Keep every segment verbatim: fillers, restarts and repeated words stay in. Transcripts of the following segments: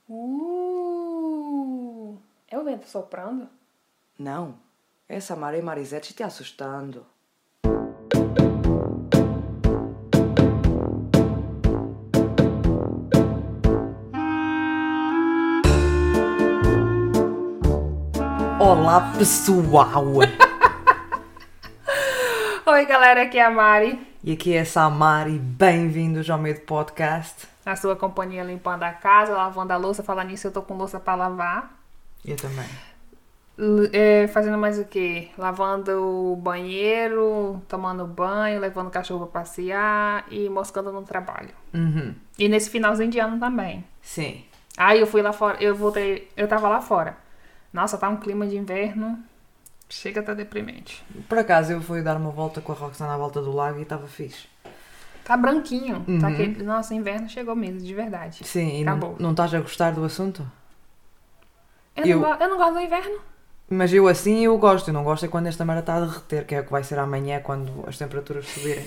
Uh, é o vento soprando? Não, essa Maria Marisete te assustando. Olá, pessoal! Oi, galera, aqui é a Mari. E aqui é a Samari, bem-vindos ao meu podcast. A sua companhia limpando a casa, lavando a louça. Falar nisso, eu tô com louça pra lavar. Eu também. L- é, fazendo mais o quê? Lavando o banheiro, tomando banho, levando o cachorro pra passear e moscando no trabalho. Uhum. E nesse finalzinho de ano também. Sim. Aí eu fui lá fora, eu voltei, eu tava lá fora. Nossa, tá um clima de inverno, chega a tá deprimente. Por acaso eu fui dar uma volta com a Roxana à volta do lago e estava fixe. Tá branquinho. Uhum. Tá aquele... Nossa, inverno chegou mesmo, de verdade. Sim, e Acabou. não, não estás a gostar do assunto? Eu, Eu- Não, go- eu não gosto do inverno. Mas eu assim eu gosto, eu não gosto é quando esta merda está a derreter, que é o que vai ser amanhã quando as temperaturas subirem.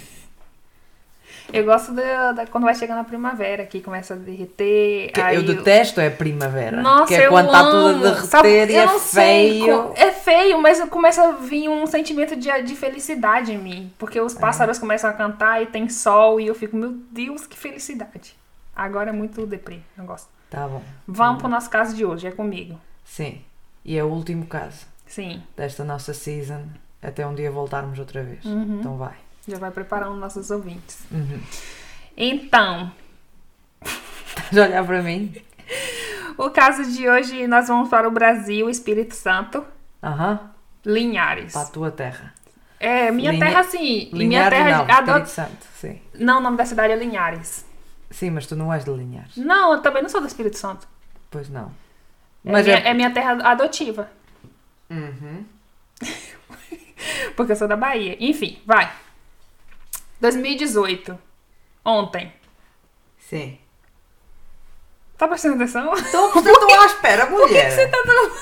Eu gosto da, da- quando vai chegando a primavera, que começa a derreter. Que aí eu detesto é a primavera. Nossa, que é eu quando está tudo a amo. derreter Sabe, e eu é não sei feio. co- É feio, mas começa a vir um sentimento de, de felicidade em mim. Porque os pássaros começam a cantar e tem sol e eu fico, meu Deus, que felicidade. Agora é muito deprê, não gosto. Tá bom. Vamos pro nosso caso de hoje, é comigo. Sim. E é o último caso Sim, desta nossa season, até um dia voltarmos outra vez. Então vai. já vai preparando nossos ouvintes. Uhum. Então, Estás a olhar para mim? o caso de hoje nós vamos para o Brasil, Espírito Santo, Aham. Linhares. Para a tua terra. É, minha Linha- terra assim, minha Linhares terra não, de- ado- Espírito Santo. Sim. Não, o nome da cidade é Linhares. Sim, mas tu não és de Linhares. Não, eu também não sou do Espírito Santo. Pois não. É, Mas minha, é... é minha terra adotiva, Uhum. porque eu sou da Bahia. Enfim, vai. dois mil e dezoito. Ontem. Sim. Tá prestando atenção? Então, estou à espera, mulher. Você tá dando...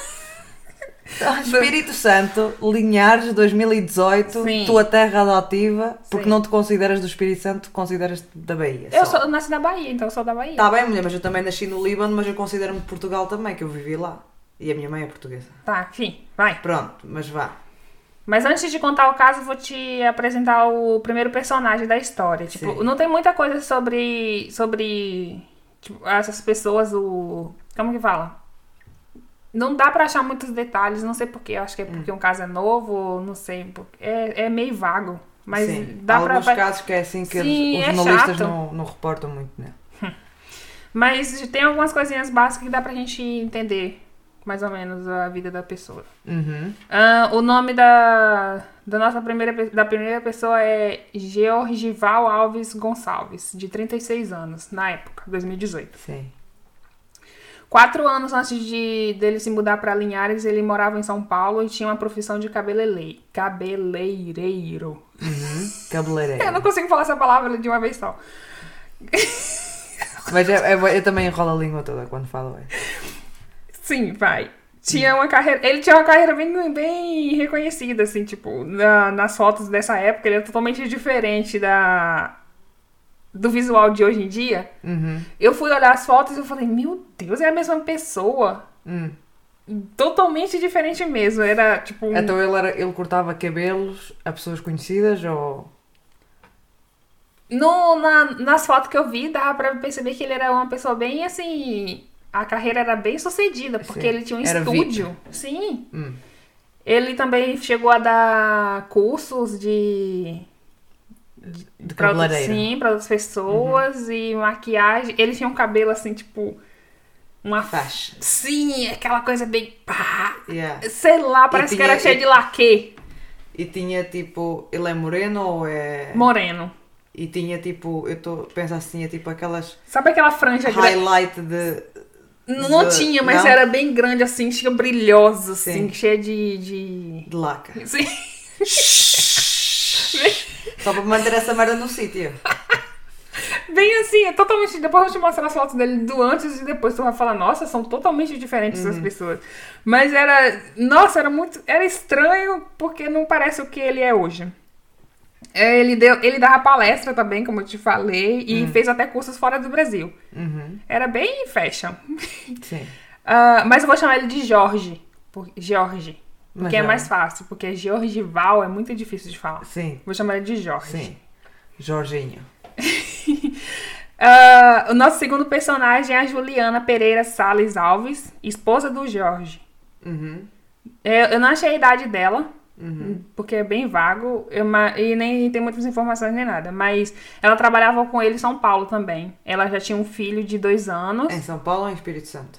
Espírito Santo, Linhares, dois mil e dezoito, Sim. tua terra adotiva, porque Sim. não te consideras do Espírito Santo, consideras-te da Bahia. Eu, só. sou, eu nasci na Bahia, então eu sou da Bahia. Tá bem, mulher, mas eu também nasci no Líbano, mas eu considero-me de Portugal também, que eu vivi lá. E a minha mãe é portuguesa. Tá, enfim, vai. Pronto, mas vá. Mas antes de contar o caso, eu vou te apresentar o primeiro personagem da história. Tipo, Sim. não tem muita coisa sobre. sobre. Tipo, essas pessoas, o. Como que fala? Não dá pra achar muitos detalhes, não sei porquê. Eu acho que é porque um caso é novo, não sei. porque- É, é meio vago. Mas Sim. dá Há pra. alguns casos que é assim que Sim, os é jornalistas chato. não, não reportam muito, né? Mas tem algumas coisinhas básicas que dá pra gente entender mais ou menos a vida da pessoa. Uhum. Ah, o nome da, da nossa primeira, pe- da primeira pessoa é Georgival Alves Gonçalves, de trinta e seis anos, na época, dois mil e dezoito. Sim. Quatro anos antes de dele se mudar para Linhares, ele morava em São Paulo e tinha uma profissão de cabeleireiro. Cabeleireiro. Uhum. Cabeleireiro. Eu não consigo falar essa palavra de uma vez só. Mas é, é, eu também enrolo a língua toda quando falo. É. Sim, vai. Tinha uma carreira. Ele tinha uma carreira bem, bem reconhecida, assim, tipo, na- nas fotos dessa época, ele era totalmente diferente da do visual de hoje em dia. Uhum. Eu fui olhar as fotos e eu falei, meu Deus, é a mesma pessoa. Hum. Totalmente diferente mesmo. Era tipo. um- Então ele, era, ele cortava cabelos a pessoas conhecidas ou... No, na, nas fotos que eu vi, dava pra perceber que ele era uma pessoa bem assim. A carreira era bem sucedida, porque Sim. ele tinha um Era estúdio. Sim. Hum. Ele também chegou a dar cursos de. De Pra outras- cabeleireiro. sim, para outras pessoas e maquiagem. Ele tinha um cabelo assim, tipo. Uma. Faixa. Sim, aquela coisa bem. Pá, Yeah. sei lá, parece que tinha- era cheio e- de laque. E tinha tipo... Ele é moreno ou é... Moreno. E tinha tipo... Eu estou pensa assim, tinha tipo aquelas... Sabe aquela franja grande? Highlight de... Não, não de- tinha, mas não? era bem grande assim, tinha brilhosa, assim, Sim. cheia de. de... De laca. Sim. Só para manter essa merda no sítio. Bem assim, é totalmente. Depois eu vou te mostrar as fotos dele do antes e depois tu vai falar, nossa, são totalmente diferentes essas pessoas. Mas era. Nossa, era muito. Era estranho porque não parece o que ele é hoje. Ele, deu, ele dava palestra também, como eu te falei, e Hum. fez até cursos fora do Brasil. Uhum. Era bem fashion. Sim. Ah, mas eu vou chamar ele de Jorge. Por, Jorge. Mas Porque é já- mais fácil. Porque Jorgival é muito difícil de falar. Sim, Vou chamar ele de Jorge. sim. Jorginho. Ah, o nosso segundo personagem é a Juliana Pereira Salles Alves, esposa do Jorge. Uhum. Eu, eu não achei a idade dela, Uhum. porque é bem vago eu ma- e nem tem muitas informações nem nada. Mas ela trabalhava com ele em São Paulo também. Ela já tinha um filho de dois anos. Em São Paulo ou em Espírito Santo?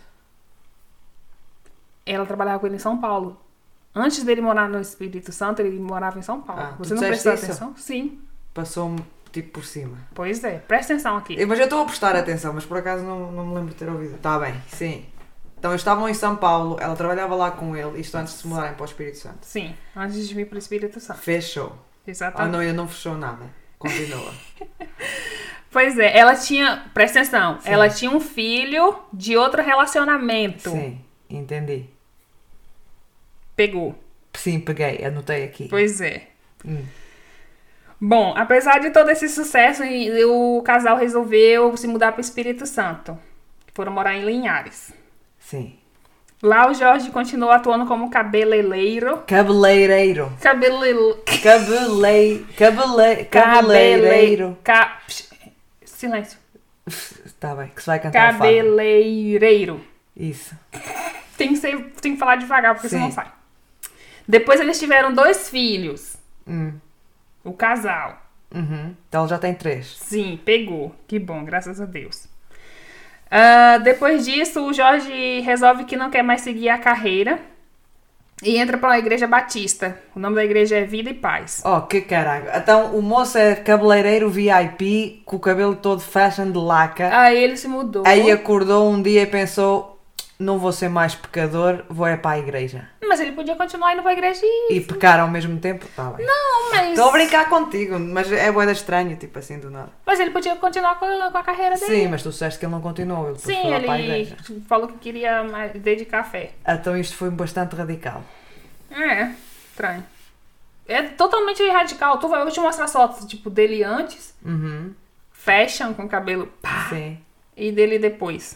Ela trabalhava com ele em São Paulo. Antes dele morar no Espírito Santo, ele morava em São Paulo. Ah, tu Você não disseste prestou isso? atenção? Sim. Passou-me tipo por cima. Pois é, presta atenção aqui. Eu- Mas eu estou a prestar atenção, mas por acaso não, não me lembro de ter ouvido. Tá bem, sim. Então eles estavam em São Paulo, ela trabalhava lá com ele, isto antes de se mudarem para o Espírito Santo. Sim, antes de vir para o Espírito Santo. Fechou. Ah, Exatamente. não, ainda não fechou nada. Continua. Pois é, ela tinha, presta atenção, Sim. ela tinha um filho de outro relacionamento. Sim, entendi. Pegou. Sim, peguei, anotei aqui. Pois é. Hum. Bom, apesar de todo esse sucesso, e- o casal resolveu se mudar para o Espírito Santo. Foram morar em Linhares. Sim. Lá o Jorge continuou atuando como cabeleireiro. Cabeleireiro. Cabele... Cabelei... Cabelei... Cabeleireiro. Ca... Silêncio. Tá bem, que se vai cantar o fado. Cabeleireiro. Isso. Tem que, ser, tem que falar devagar, porque Sim. senão não sai. Depois eles tiveram dois filhos. Hum. O casal. Uhum. Então ele já tem três. Sim, pegou. Que bom, graças a Deus. Ah, depois disso, o Jorge resolve que não quer mais seguir a carreira e entra para a Igreja Batista. O nome da igreja é Vida e Paz. Oh, que caralho. Então o moço é cabeleireiro V I P, com o cabelo todo fashion de laca. Aí ele se mudou. Aí acordou um dia e pensou: não vou ser mais pecador, vou é para a igreja. Mas ele podia continuar indo para a igreja e... E pecar ao mesmo tempo? Tá bem. Não, mas... Estou a brincar contigo, mas é boeda estranho, tipo assim, do nada. Mas ele podia continuar com a, com a carreira dele. Sim, mas tu disseste que ele não continuou, ele depois Sim, foi lá para a ele igreja. falou que queria mais dedicar fé. Então isto foi bastante radical. É, estranho. É totalmente radical. Tu vai, eu vou te mostrar as fotos, tipo, dele antes, Uhum. fashion, com cabelo pá, Sim. e dele depois.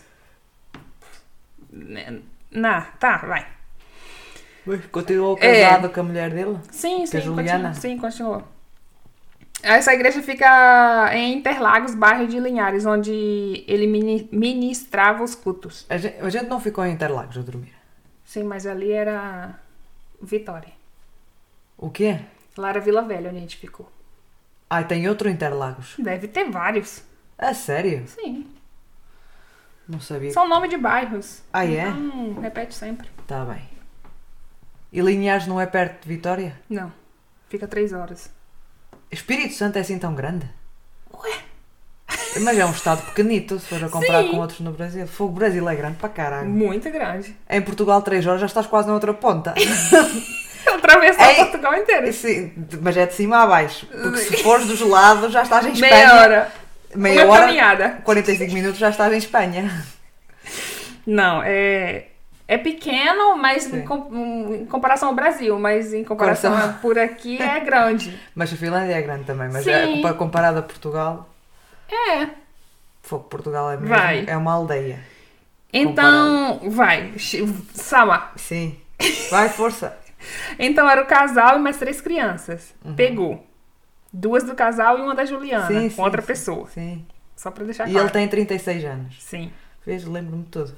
Né, Na, tá, vai. Mas continuou É. casado com a mulher dele? Sim, sim, a Juliana? continua. Sim, continua. Essa igreja fica em Interlagos, bairro de Linhares, onde ele mini- ministrava os cultos. A gente, a gente não ficou em Interlagos a dormir. Sim, mas ali era Vitória. O quê? Lá era Vila Velha, onde a gente ficou. Ah, tem outro Interlagos. Deve ter vários. A sério? Sim. Não sabia. São nome de bairros. Ah, é? Então, repete sempre. Tá bem. E Linhares não é perto de Vitória? Não. Fica três horas. Espírito Santo é assim tão grande? Ué? Mas é um estado pequenito, se for a comparar Sim. com outros no Brasil. Fogo, o Brasil é grande para caralho. Muito grande. Em Portugal, três horas, já estás quase na outra ponta. Atravessar Ei. Portugal inteiro. Sim, mas é de cima a baixo. Porque se fores dos lados, já estás em Espanha. Meia hora. Meia Uma hora. caminhada. quarenta e cinco minutos já estás em Espanha. Não, é... É pequeno, mas Sim. em, com- em comparação ao Brasil, mas em comparação Comparação. a por aqui é grande. Mas a Finlândia é grande também. Mas Sim. é, compa- comparado a Portugal, É. fogo, Portugal é mesmo. Vai. É uma aldeia. Então, vai. Sama. Sim. Vai, força. Então era o casal e mais três crianças. Pegou. Duas do casal e uma da Juliana, Sim, com sim, outra sim. pessoa. Sim. Só pra deixar E claro. ele tem trinta e seis anos. Sim. Vês? Lembro-me de tudo.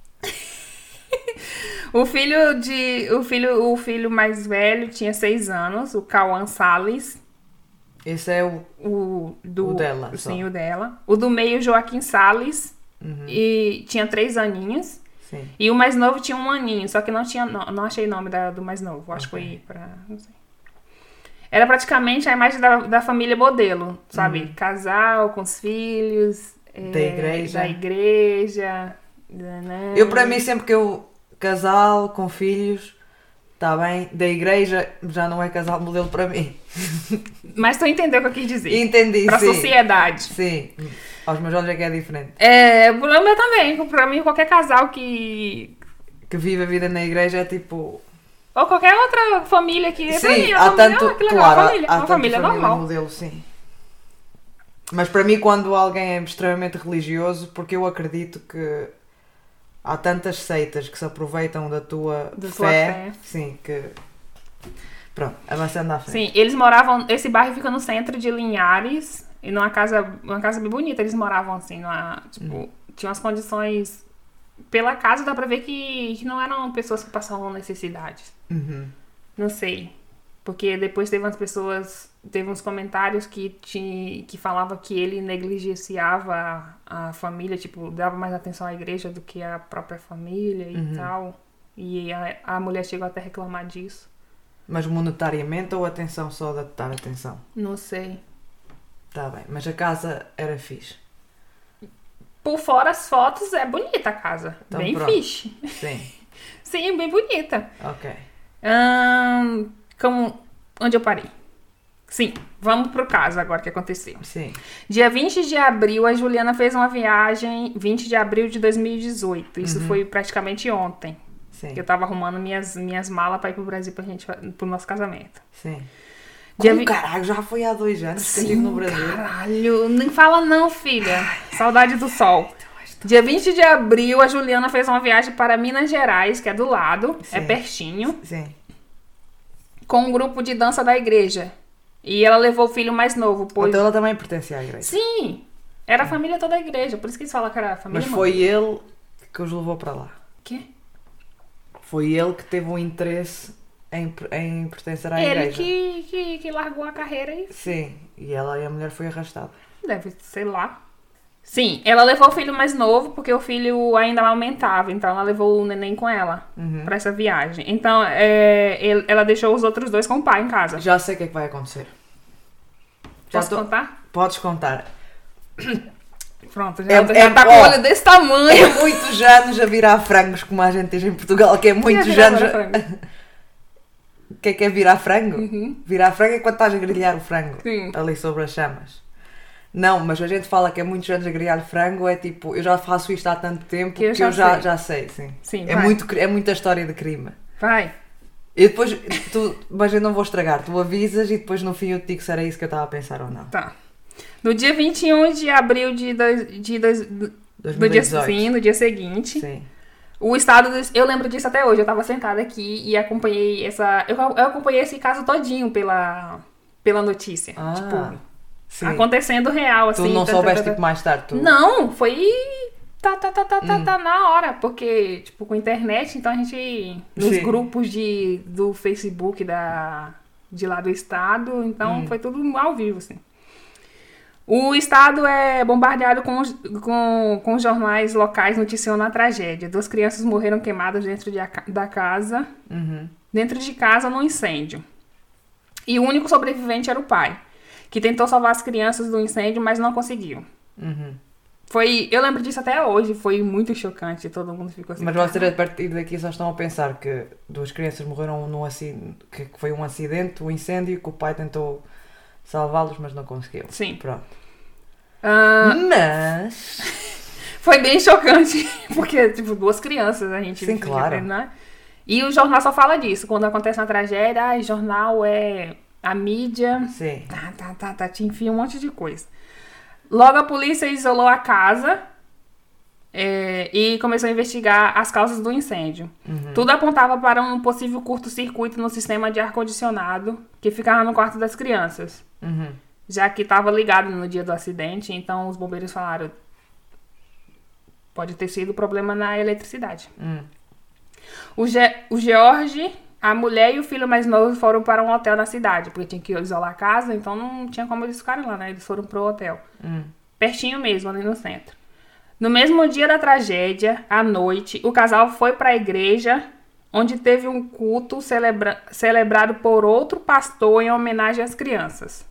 O filho de. O filho, o filho mais velho tinha seis anos, o Cauã Salles. Esse é o. O, do, O dela, só. Sim, o dela. O do meio, Joaquim Salles. Uhum. E tinha três aninhos. Sim. E o mais novo tinha um aninho, só que não tinha. Não, não achei nome da, do mais novo. Acho que Ok. foi pra. Não sei. Era praticamente a imagem da, da família modelo, sabe? Casal com os filhos. Uhum. Da é, igreja. Da igreja. né? Eu, para mim, sempre que eu. Casal, com filhos. Está bem. Da igreja, já não é casal modelo para mim. Mas tu entendeu o que eu quis dizer. Entendi, Pra sim. sociedade. Sim. Aos meus olhos é que é diferente. É, o meu também. Pra mim, qualquer casal que. Que vive a vida na igreja é tipo. Ou qualquer outra família que... Sim, pra mim, há não, tanto, não, que legal, claro, uma família, há uma tanto família família normal. modelo, sim. Mas para mim, quando alguém é extremamente religioso, porque eu acredito que há tantas seitas que se aproveitam da tua, Da fé, tua fé. sim, que... Pronto, avançando à frente. Sim, eles moravam... Esse bairro fica no centro de Linhares, e numa casa, uma casa bem bonita, eles moravam assim, numa, tipo, Hum. tinha umas condições... Pela casa dá pra ver que, que não eram pessoas que passavam necessidades. Uhum. Não sei. Porque depois teve umas pessoas, teve uns comentários que, te, que falavam que ele negligenciava a, a família, tipo, dava mais atenção à igreja do que à própria família e Uhum. tal. E a, a mulher chegou até a reclamar disso. Mas monetariamente ou atenção só de dar atenção? Não sei. Tá bem, mas a casa era fixe. Por fora as fotos, é bonita a casa. Então bem pronto. fixe. Sim, Sim, bem bonita. ok. Ahn, como, onde eu parei? Sim, vamos pro caso agora que aconteceu. Sim. Dia vinte de abril, a Juliana fez uma viagem, vinte de abril de dois mil e dezoito. Isso Uhum. foi praticamente ontem. Sim, Que eu tava arrumando minhas, minhas malas pra ir pro Brasil pra gente, pro nosso casamento. sim. Dia Como vi- caralho, já foi há dois anos que eu estive no Brasil. Caralho, nem fala não, filha. Saudade do sol. Dia vinte de abril, a Juliana fez uma viagem para Minas Gerais, que é do lado, é Sim. pertinho, Sim. com um grupo de dança da igreja. E ela levou o filho mais novo, pois... Então ela também pertencia à igreja. Sim, era a família toda da igreja, por isso que eles falam que era a família. Mas foi ele que os levou para lá. Quê? Foi ele que teve um interesse em, em pertencer à Ele igreja. que, que, que largou a carreira e Sim, e ela e a mulher foi arrastada. deve, sei lá. Sim, ela levou o filho mais novo, porque o filho ainda aumentava, então ela levou o neném com ela Uhum. pra essa viagem. Então, é, ele- ela deixou os outros dois com o pai em casa. Já sei o que é que vai acontecer. Já Posso tô- contar? Podes contar. Pronto, já, É- já é- tá com ó, o olho desse tamanho. É muitos anos a virar frangos, como a gente diz em Portugal, que é muitos virar anos. agora, A... frango? O que é que é virar frango? Uhum. Virar frango é quando estás a grelhar o frango. Sim. Ali sobre as chamas. Não, mas a gente fala que é muitos anos a grelhar frango, é tipo, eu já faço isto há tanto tempo Que eu que já eu já, sei. já sei, sim. Sim, é, vai. muito, cri- é muita história de crime. Vai. E depois, tu, mas eu não vou estragar, tu avisas e depois no fim eu te digo se era isso que eu estava a pensar ou não. Tá. No dia vinte e um de abril de dois, de dois, do, do dia, dois mil e dezoito. sim, no dia seguinte, Sim. o estado... do- eu lembro disso até hoje, eu tava sentada aqui e acompanhei essa... Eu, eu acompanhei esse caso todinho pela, pela notícia. Ah, tipo, sim. acontecendo real, assim. Tu não tá, soubeste tá, tá, tipo mais tarde, tu... Não, foi... Tá, tá, tá, tá, tá, Hum. tá na hora, porque, tipo, com internet, então a gente... Nos Sim. grupos de, do Facebook da, de lá do estado, então Hum. foi tudo ao vivo, assim. O estado é bombardeado com, os- com, com jornais locais noticiando a tragédia. Duas crianças morreram queimadas dentro de a ca- da casa, Uhum. dentro de casa num incêndio. E o único sobrevivente era o pai, que tentou salvar as crianças do incêndio, mas não conseguiu. Uhum. Foi, eu lembro disso até hoje, foi muito chocante, todo mundo ficou assim. Mas vocês a partir daqui só estão a pensar que duas crianças morreram num acidente, que foi um acidente, um incêndio, que o pai tentou salvá-los, mas não conseguiu. Sim. Pronto. Ah, Mas... foi bem chocante, porque, tipo, duas crianças a gente... Sim, claro. Né? E o jornal só fala disso, quando acontece uma tragédia, ai, jornal é a mídia... Sim. Tá, tá, tá, tá, te enfia um monte de coisa. Logo a polícia isolou a casa é, e começou a investigar as causas do incêndio. Uhum. Tudo apontava para um possível curto-circuito no sistema de ar-condicionado que ficava no quarto das crianças, Uhum. já que estava ligado no dia do acidente, então os bombeiros falaram pode ter sido problema na eletricidade. Hum. O, Ge o George, a mulher e o filho mais novo foram para um hotel na cidade, porque tinha que isolar a casa, então não tinha como eles ficarem lá, né? Eles foram pro hotel. Hum. Pertinho mesmo, ali no centro. No mesmo dia da tragédia, à noite, o casal foi para a igreja, onde teve um culto celebra celebrado por outro pastor em homenagem às crianças.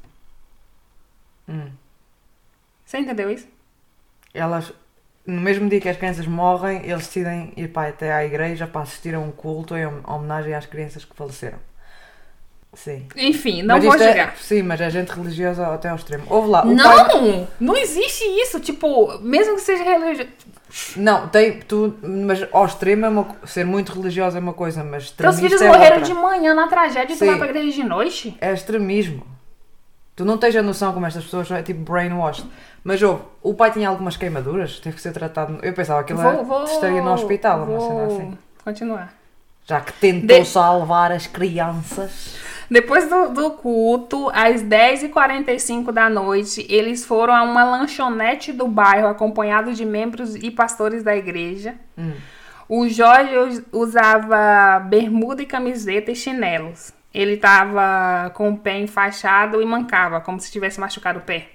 Hum. Você entendeu isso? Elas, no mesmo dia que as crianças morrem, eles decidem ir para até à igreja para assistir a um culto em homenagem às crianças que faleceram. Sim. Enfim, não mas vou isto julgar. É, sim, mas é gente religiosa até ao extremo. Ouve lá. O Não! pai... Não existe isso. Tipo, mesmo que seja religioso. Não, tem, tu, mas ao extremo é uma, ser muito religiosa é uma coisa, mas Teus filhos é morreram outra. de manhã na tragédia e tu Sim. vai pra igreja de noite? É extremismo. Tu não tens a noção como estas pessoas são, é tipo brainwashed. Mas ouve, o pai tinha algumas queimaduras, teve que ser tratado. Eu pensava que ele Vou, vou, estaria no hospital, vou uma cena assim. continuar. Já que tentou De- salvar as crianças. Depois do, do culto, às dez e quarenta e cinco da noite, eles foram a uma lanchonete do bairro, acompanhados de membros e pastores da igreja. Hum. O Jorge us- usava bermuda e camiseta e chinelos. Ele tava com o pé enfaixado e mancava, como se tivesse machucado o pé.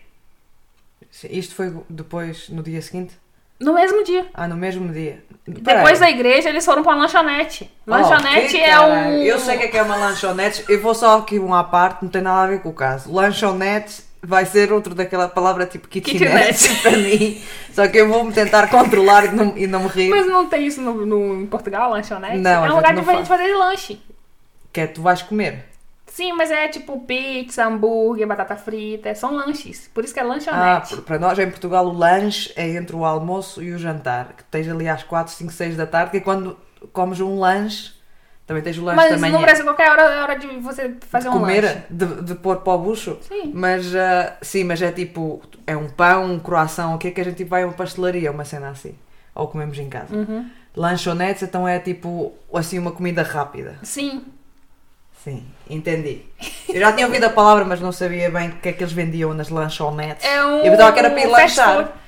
Isto foi depois, no dia seguinte? No mesmo dia. Ah, no mesmo dia. Depois da igreja, eles foram pra lanchonete. Lanchonete Oh, que é caralho. um... Eu sei que é que é uma lanchonete. Eu vou só aqui um à parte, não tem nada a ver com o caso. Lanchonete vai ser outro daquela palavra tipo kitchenette Kitchenette. para mim. Só que eu vou-me tentar controlar e não, e não me rir. Mas não tem isso no, no- em Portugal, lanchonete? Não, a é um gente lugar não de pra gente fazer lanche. Que é tu vais comer. Sim, mas é tipo pizza, hambúrguer, batata frita. São lanches. Por isso que é Ah, lanchonete. por- para nós em Portugal o lanche é entre o almoço e o jantar. Que tens ali às quatro, cinco, seis da tarde. E quando comes um lanche, também tens o lanche mas da manhã. no Brasil, qualquer hora é hora de você fazer um comer, lanche. de, de pôr para o bucho. Sim. Mas, ah, sim, mas é tipo, é um pão, um croissant, o que é que a gente tipo, vai a uma pastelaria, uma cena assim. Ou comemos em casa. Uhum. Lanchonetes, então é tipo, assim, uma comida rápida. Sim. Sim, entendi. Eu já tinha ouvido a palavra, mas não sabia bem o que é que eles vendiam nas lanchonetes. É um Eu pensava que era para ir fast lanchar. food.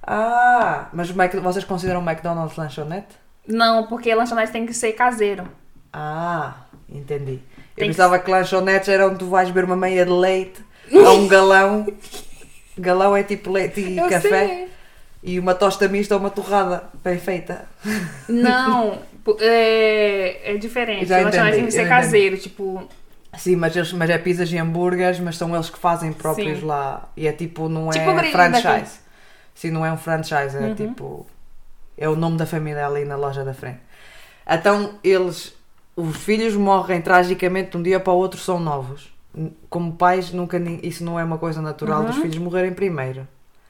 Ah, mas o Mac- vocês consideram o McDonald's lanchonete? Não, porque lanchonete tem que ser caseiro. Ah, entendi. Eu Tem pensava que lanchonetes era onde tu vais beber uma meia de leite a um galão. Galão é tipo leite e Eu café. sei. E uma tosta mista ou uma torrada bem feita. Não, pu- é, é diferente. Já Lanchonete entendi, tem que ser eu caseiro, tipo... Sim, mas, eles, mas é pizzas e hambúrgueres, mas são eles que fazem próprios Sim. lá. E é tipo, não é Tipo o gringo franchise. daqui. Sim, não é um franchise, é Uhum. tipo... É o nome da família ali na loja da frente. Então, eles... Os filhos morrem tragicamente de um dia para o outro, são novos. Como pais, nunca ni- isso não é uma coisa natural Uhum. dos filhos morrerem primeiro.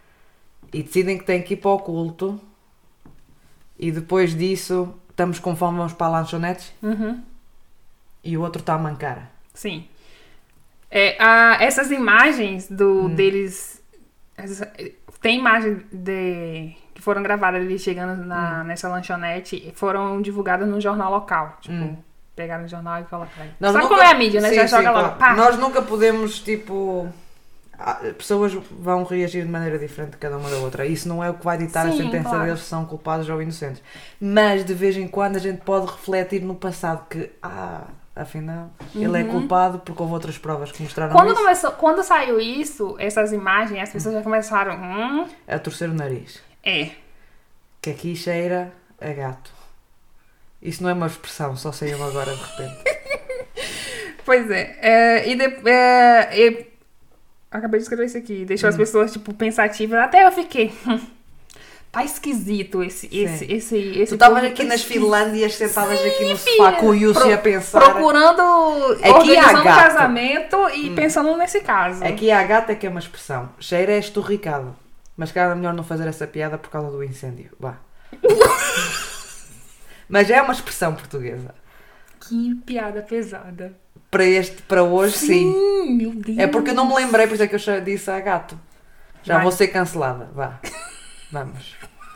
E decidem que têm que ir para o culto. E depois disso, estamos com fome, vamos para a lanchonetes. Uhum. E o outro está a mancar. Sim. É, a, essas imagens do, Hum. deles... essas- tem imagens de, que foram gravadas eles chegando na, nessa lanchonete e foram divulgadas no jornal local. Tipo, Hum. pegaram o jornal e colocaram. Nós Sabe nunca- como é a mídia, né? Sim, Já sim, joga lá. claro. Pá. Nós nunca podemos, tipo... ah, pessoas vão reagir de maneira diferente cada uma da outra. Isso não é o que vai ditar a Sim, sentença claro. deles se são culpados ou inocentes. Mas, de vez em quando, a gente pode refletir no passado que... Ah, afinal, ele é Uhum. culpado porque houve outras provas que mostraram Quando, isso. começou, quando saiu isso, essas imagens, as pessoas já começaram. Hum, A torcer o nariz. é. Que aqui cheira a gato. Isso não é uma expressão, só saiu agora de repente. Pois é. é, e, de, é, e- acabei de escrever isso aqui. Deixou Hum. as pessoas, tipo, pensativas. Até eu fiquei. hum, Tá esquisito esse. esse, Sim. esse, esse Tu estavas povo aqui tá nas esquisito. Finlândias, sentadas aqui no filha. sofá com o Yussi Pro- a pensar. Procurando, Aqui há organizando um gato. casamento e pensando nesse caso. Aqui a gata é que é uma expressão. Cheira é esturricado. Mas cara, é melhor não fazer essa piada por causa do incêndio. Vá. Mas é uma expressão portuguesa. Que piada pesada. Para este, para hoje, sim. Hum, meu Deus. É porque eu não me lembrei, por isso é que eu já disse a gato. Já Vai. vou ser cancelada. Vá. Vamos.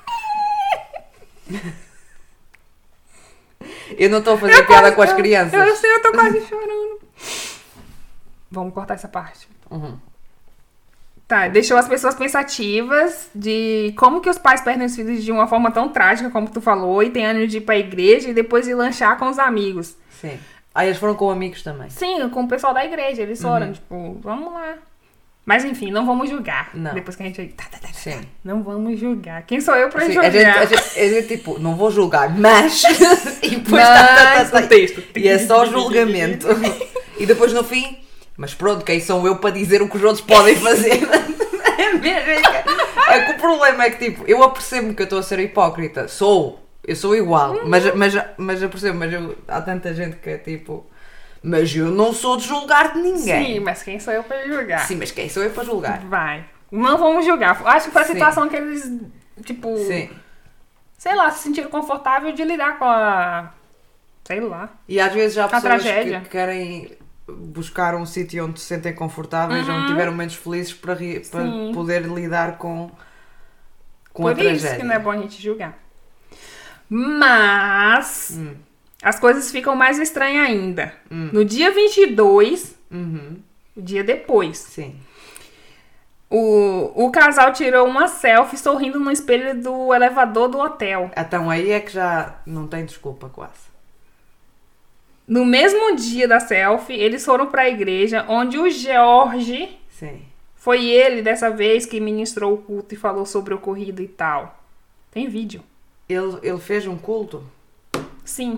Eu não estou a fazer Eu piada quase- com as eu- crianças. Eu sei, eu tô quase chorando. Vamos cortar essa parte. Uhum. Tá, deixou as pessoas pensativas de como que os pais perdem os filhos de uma forma tão trágica, como tu falou, e tem ânimo de ir pra igreja e depois ir lanchar com os amigos. Sim. Ah, eles foram com amigos também. Sim, com o pessoal da igreja, eles foram, Uhum. tipo, vamos lá. Mas enfim, não vamos julgar. Não. Depois que a gente... Tá, tá, tá, tá. Sim. Não vamos julgar. Quem sou eu pra Sim, julgar? a, gente, a, gente, a gente, tipo, não vou julgar, mas. e depois Mas, tá, tá, tá, tá. o texto. E é só julgamento. E depois no fim, mas pronto, quem sou eu para dizer o que os outros podem fazer? É mesmo. É que o problema é que, tipo, eu apercebo-me que eu estou a ser hipócrita. Sou. Eu sou igual. Mas, mas, mas eu percebo, mas eu, há tanta gente que é tipo. Mas eu não sou de julgar de ninguém. Sim, mas quem sou eu para julgar? Sim, mas quem sou eu para julgar? Vai. Não vamos julgar. Acho que foi a Sim. situação que eles, tipo... Sim. Sei lá, se sentiram confortável de lidar com a... Sei lá. E às vezes há A pessoas tragédia. que querem buscar um sítio onde se sentem confortáveis, Uhum. onde tiveram momentos felizes para, ri- para Sim. poder lidar com, com Por a isso tragédia. que não é bom a gente julgar. Mas... Hum. As coisas ficam mais estranhas ainda. Hum. No dia vinte e dois, Uhum. o dia depois, Sim. o, o casal tirou uma selfie sorrindo no espelho do elevador do hotel. Então aí é que já não tem desculpa quase. No mesmo dia da selfie, eles foram para a igreja, onde o George, Sim. foi ele dessa vez que ministrou o culto e falou sobre o ocorrido e tal. Tem vídeo. Ele, ele fez um culto? Sim.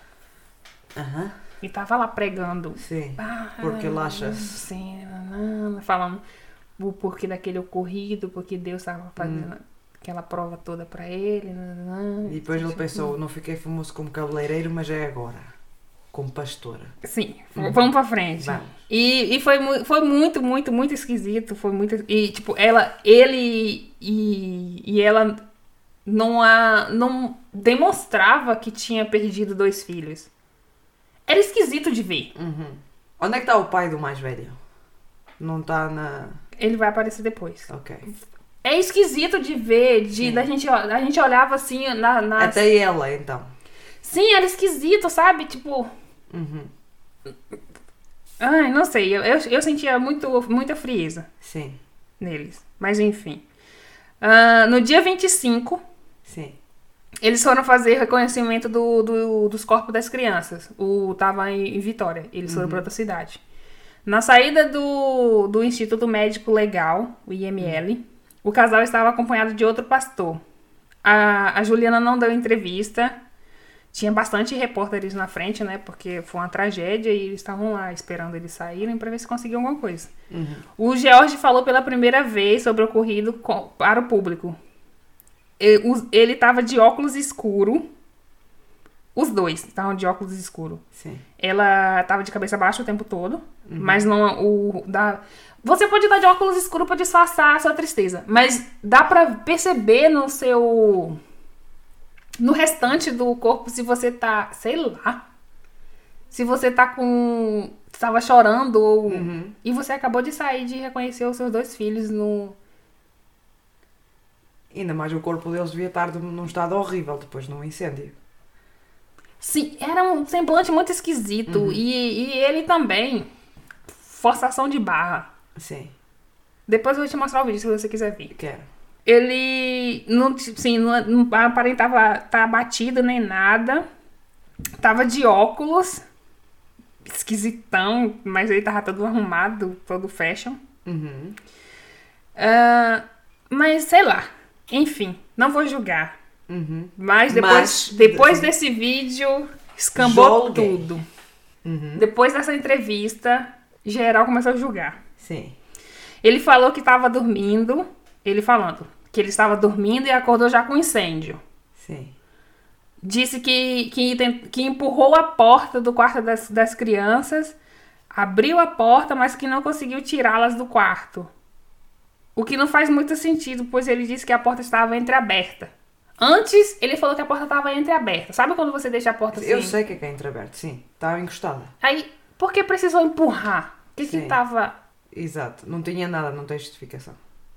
Aham. E tava lá pregando. Sim. Ah, Porque ele acha... Sim, nanana, falando o porquê daquele ocorrido, porque Deus estava fazendo Hum. aquela prova toda para ele. Nanana, E depois ele sim, pensou, não fiquei famoso como cabeleireiro, mas é agora. Como pastora. Sim, Uhum. vamos pra frente. Vamos. E, e foi, mu- foi muito, muito, muito esquisito. Foi muito. E, tipo, ela, ele e, e ela não, a, não demonstrava que tinha perdido dois filhos. Era esquisito de ver. Uhum. Onde é que está o pai do mais velho? Não está na... Ele vai aparecer depois. Ok. É esquisito de ver, de Sim. da gente, a gente olhava assim na, nas... Até ela, então. Sim, era esquisito, sabe? Tipo, Uhum. ai, não sei, eu, eu, eu sentia muito, muita frieza Sim. neles. Mas enfim. Ah, no dia vinte e cinco, Sim. eles foram fazer reconhecimento do, do- dos corpos das crianças. O tava em, em Vitória, eles foram para outra cidade. Na saída do, do Instituto Médico Legal, o I M L, o casal estava acompanhado de outro pastor. A, a Juliana não deu entrevista. Tinha bastante repórteres na frente, né? Porque foi uma tragédia e eles estavam lá esperando eles saírem para ver se conseguiam alguma coisa. Uhum. O George falou pela primeira vez sobre o ocorrido com- para o público. E- os- Ele estava de óculos escuro. Os dois estavam de óculos escuro. Sim. Ela estava de cabeça baixa o tempo todo, mas não o da. Você pode estar de óculos escuro para disfarçar a sua tristeza, mas dá para perceber no seu no restante do corpo se você tá, sei lá, se você tá com estava chorando ou Uhum. e você acabou de sair de reconhecer os seus dois filhos no Ainda mais o corpo deles devia estar de- num estado horrível depois de um incêndio. Sim, era um semblante muito esquisito. Uhum. E, e ele também. Forçação de barra. Sim. Depois eu vou te mostrar o vídeo se você quiser ver. Quero. Ele não, assim, não, não aparentava estar abatido nem nada. Tava de óculos. Esquisitão, mas ele tava todo arrumado, todo fashion. Uhum. Ah, mas sei lá. Enfim, não vou julgar. Uhum. Mas depois, Mas- depois desse vídeo, escambou Julguem. tudo. Uhum. Depois dessa entrevista, geral começou a julgar. Sim. Ele falou que estava dormindo, ele falando que ele estava dormindo e acordou já com incêndio. Sim. Disse que, que, tem- que empurrou a porta do quarto das, das crianças, abriu a porta, mas que não conseguiu tirá-las do quarto. O que não faz muito sentido, pois ele disse que a porta estava entreaberta. Antes, ele falou que a porta estava entreaberta. Sabe quando você deixa a porta assim? Eu sei que é que é entreaberto, sim. Estava encostada. Aí, por que precisou empurrar? O que que Sim. tava... Exato. Não tinha nada, não tem justificação.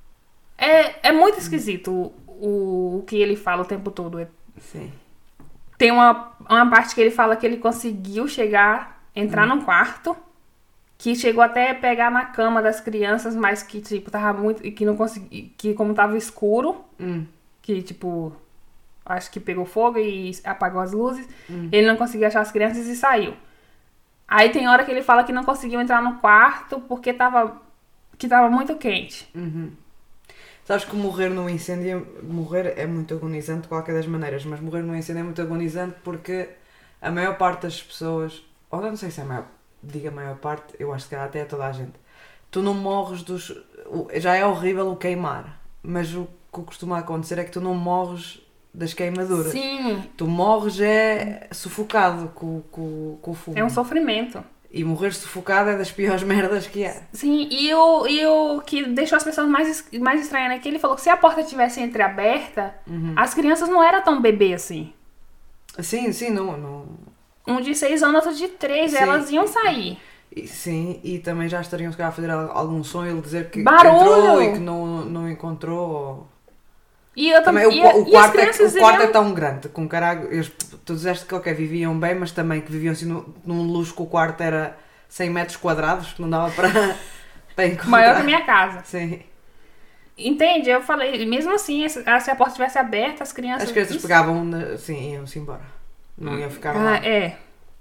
É, é muito esquisito o, o, o que ele fala o tempo todo. É- Sim. Tem uma, uma parte que ele fala que ele conseguiu chegar, entrar num quarto, que chegou até a pegar na cama das crianças, mas que, tipo, tava muito... e que não consegui, que como tava escuro, Hum. que, tipo, acho que pegou fogo e apagou as luzes, ele não conseguiu achar as crianças e saiu. Aí tem hora que ele fala que não conseguiu entrar no quarto porque tava, que tava muito quente. Uhum. Sabes que morrer num incêndio, morrer é muito agonizante de qualquer das maneiras, mas morrer num incêndio é muito agonizante porque a maior parte das pessoas, ou eu não sei se é a maior, diga a maior parte, eu acho que até é toda a gente, tu não morres dos... o- já é horrível o queimar, mas o que costuma acontecer é que tu não morres das queimaduras. Sim, Tu morres é sufocado com, com, com o fogo. é um sofrimento. E morrer sufocado é das piores merdas que é. Sim, e o, e o que deixou as pessoas mais, mais estranhas é que ele falou que se a porta tivesse entreaberta, uhum. as crianças não eram tão bebê assim. Sim, sim, não... não... Um de seis anos, outro de três, sim. Elas iam sair. E, sim, e também já estariam a fazer algum som e ele dizer que Barulho. Entrou e que não, não encontrou. E eu também. também o, e, o quarto, é, o quarto iriam... é tão grande, com caralho. Eles, tu disseste que okay, viviam bem, mas também que viviam assim no, num luxo que o quarto era cem metros quadrados, que não dava para, para encontrar. Maior que a minha casa. Sim. Entende? Eu falei, mesmo assim, se a porta estivesse aberta, as crianças. As crianças pegavam, assim, iam-se embora. Não iam ficar ah, lá. É.